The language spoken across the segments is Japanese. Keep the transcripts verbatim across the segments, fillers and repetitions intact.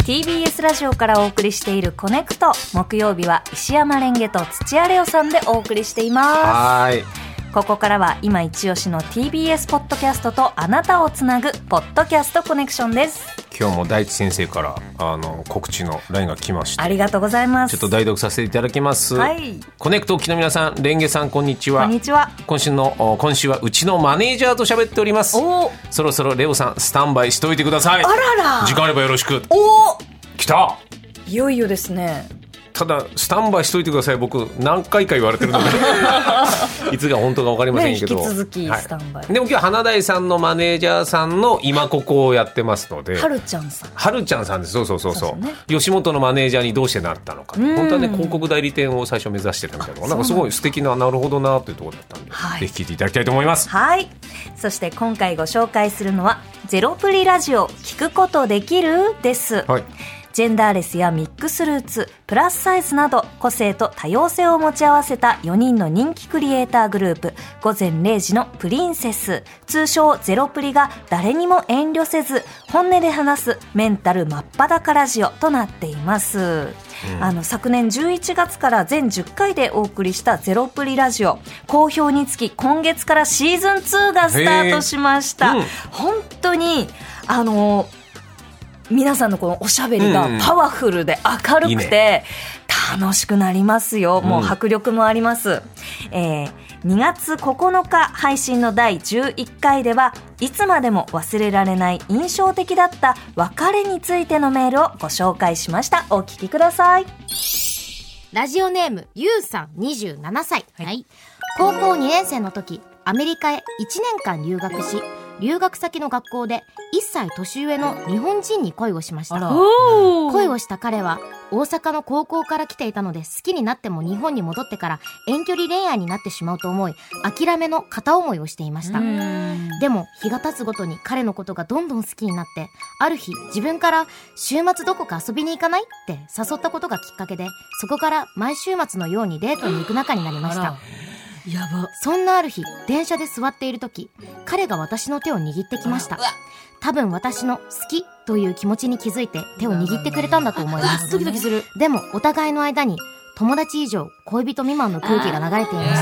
ティービーエス ラジオからお送りしているコネクト。木曜日は石山レンゲと土屋レオさんでお送りしています。 はい。 ここからは今一押しの ティービーエス ポッドキャストとあなたをつなぐポッドキャストコネクションです。 今日も大地先生からあの告知の ライン が来ました。 ありがとうございます。 ちょっと代読させていただきます、 はい、 コネクト機の皆さん、レンゲさん、こんにちは。 こんにちは。 今週の今週はうちのマネージャーと喋っております。 おそろそろレオさんスタンバイしておいてください。 あらら、 時間あればよろしく。 お来た。 いよいよですね。 ただスタンバイしといてください。僕何回か言われてるのでいつが本当か分かりませんけど、 ね、引き続きスタンバイ、 はい、でも今日花大さんのマネージャーさんの今ここをやってますので、 はるちゃんさんはるちゃんさんです。そうそうそうそう、 そうですね、 吉本のマネージャーにどうしてなったのか、本当はね広告代理店を最初目指してたみたいな、なんかすごい素敵な、なるほどなというところだったんで、はい、ぜひ聞いていただきたいと思います。 はい。そして今回ご紹介するのはゼロプリラジオ聞くことできるです、はい。ジェンダーレスやミックスルーツ、プラスサイズなど個性と多様性を持ち合わせたよにんの人気クリエイターグループ、午前れいじのプリンセス、通称ゼロプリが誰にも遠慮せず本音で話すメンタル真っ裸ラジオとなっています。うん、あの昨年じゅういちがつから全じゅっかいでお送りしたゼロプリラジオ、好評につき今月からシーズンツーがスタートしました。うん、本当にあの皆さんのこのおしゃべりがパワフルで明るくて楽しくなりますよ。もう迫力もあります。うん、えー、にがつここのか配信のだいじゅういっかいではいつまでも忘れられない印象的だった別れについてのメールをご紹介しました。お聞きください。 ラジオネームゆうさんにじゅうななさい、はい、高校にねん生の時アメリカへいちねんかん留学し、留学先の学校でいっさい年上の日本人に恋をしました。恋をした彼は大阪の高校から来ていたので、好きになっても日本に戻ってから遠距離恋愛になってしまうと思い、諦めの片思いをしていました。でも日が経つごとに彼のことがどんどん好きになって、ある日自分から週末どこか遊びに行かないって誘ったことがきっかけで、そこから毎週末のようにデートに行く仲になりました。 やば。 そんなある日、電車で座っている時、彼が私の手を握ってきました。多分私の好きという気持ちに気づいて手を握ってくれたんだと思います。 ドキドキする。 でもお互いの間に友達以上恋人未満の空気が流れていました。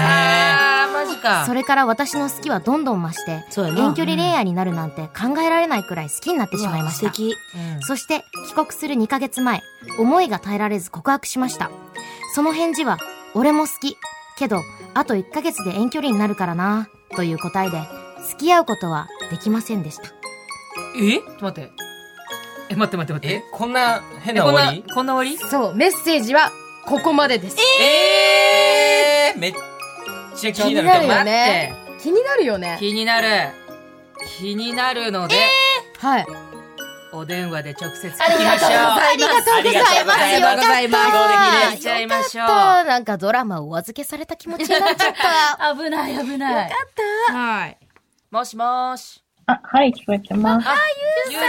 あー、マジか。 それから私の好きはどんどん増して、遠距離恋愛になるなんて考えられないくらい好きになってしまいました。 素敵。 うん、そして帰国するにかげつまえ、思いが耐えられず告白しました。その返事は、俺も好きけどあといっかげつで遠距離になるからなという答えで、付き合うことはできませんでした。 え？待って。え、待って待って待って。 え、こんな変な終わり？ こんな、こんな終わり？ そう、メッセージはここまでです。 えー、めっちゃ気になるけど。 気になるよね。気になるよね。 気になる。気になるので、 えー、はい。 お電話で直接聞きましょう。 ありがとうございます。 ありがとうございます。 よかった。 やっちゃいましょう。 なんかドラマをお預けされた気持ちになっちゃった。 危ない危ない。 よかった。 はい。もしもーし。 あ、はい、聞こえてます。 あ、ゆう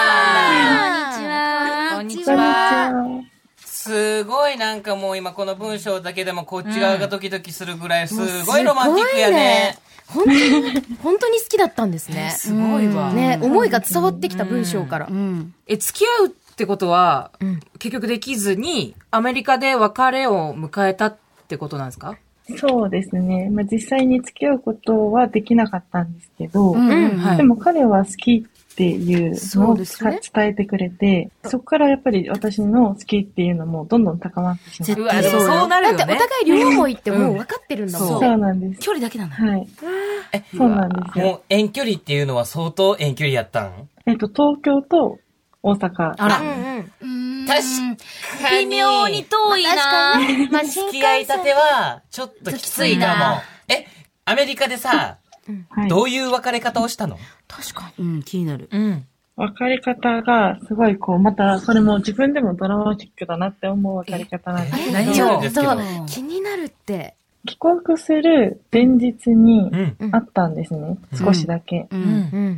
さん。こんにちは。こんにちは。 すごいなんかもう今この文章だけでもこっち側がドキドキするぐらいすごいロマンティックやね。 本当に、本当に好きだったんですね。 すごいわ。 ね、思いが伝わってきた文章から。 うんうん、え、付き合うってことは、うん、結局できずに、アメリカで別れを迎えたってことなんですか？ そうですね。まあ、実際に付き合うことはできなかったんですけど、 うんうんはい、 でも彼は好きっていうのを、ね、伝えてくれて、そこからやっぱり私の好きっていうのもどんどん高まってしまって。 うわ、でもそうなるよね。 だってお互い両思いってもう分かってるんだもん。 うん、そうなんです。 距離だけなの。 はい。 え、 そうなんですよ。 もう遠距離っていうのは相当遠距離やったん？ えっと、東京と大阪。 あら。 うんうん、 確かに。 微妙に遠いな。 確かに。 まあ、付き合いたては、ちょっときついかも。え、アメリカでさ、うんはい、どういう別れ方をしたの？ 確かに。うん、気になる。 うん。別れ方が、すごいこう、また、それも自分でもドラマチックだなって思う別れ方なんですけど。 何をですけど。 気になるって。 帰国する前日にあったんですね。うん、少しだけ。 うんうん、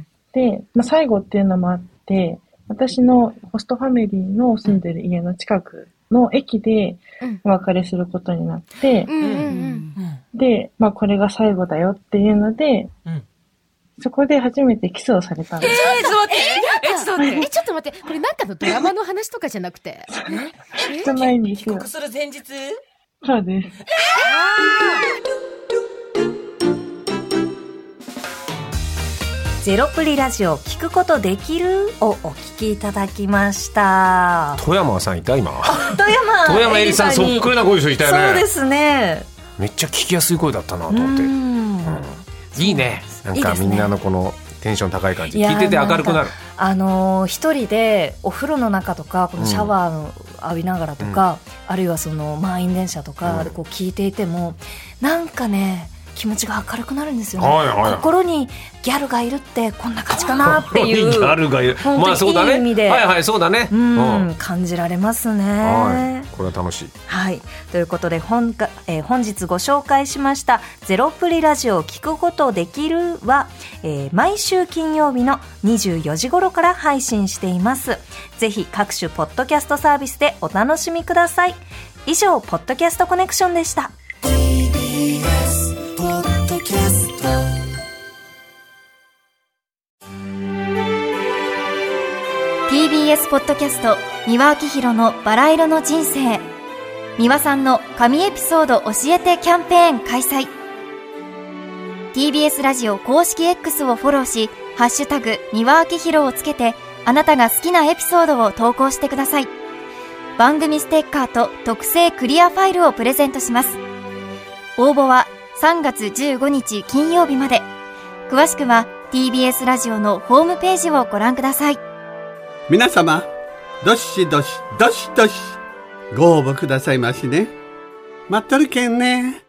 で、まあ、最後っていうのもあって、私のホストファミリーの住んでる家の近くの駅でお別れすることになって、 うんうんうん、 で、まあこれが最後だよっていうので、うん、そこで初めてキスをされたんです。 えー、ちょっと待って。え、ちょっちょっと待って。え、ちょっと待って。これなんかのドラマの話とかじゃなくて。 えじゃないんですよ。 帰国する前日？ そうです。 ゼロプリラジオ聞くことできるをお聞きいただきました。 富山さんいた今。 富山富山えりさんそっくりな声の人いたよね。 そうですね。 めっちゃ聞きやすい声だったなと思って。うん、いいね。なんかみんなのこのテンション高い感じ。聞いてて明るくなる。 あのー、一人でお風呂の中とかこのシャワーを浴びながらとか、うん、あるいはその満員電車とかでこう聞いていても、うん、なんかね気持ちが明るくなるんですよね、はいはいはい、心にギャルがいるってこんな感じかなっていうギャルがいる、まあそうだね、いい意味で、はいはいそうだね、 うん、うん、感じられますね、 はい、これは楽しい、 はい、ということで 本, か、えー、本日ご紹介しましたゼロプリラジオ聞くことできるは、えー、毎週金曜日のにじゅうよじ頃から配信しています。ぜひ各種ポッドキャストサービスでお楽しみください。以上ポッドキャストコネクションでした。ポッドキャストティービーエス ポッドキャスト三輪明宏のバラ色の人生、三輪さんの神エピソード教えてキャンペーン開催。 ティービーエス ラジオ公式 X をフォローし、ハッシュタグ三輪明宏をつけてあなたが好きなエピソードを投稿してください。番組ステッカーと特製クリアファイルをプレゼントします。応募はさんがつじゅうごにち金曜日まで。詳しくは ティービーエス ラジオのホームページをご覧ください。 皆様、どしどしどしどしご応募くださいましね。待っとるけんね。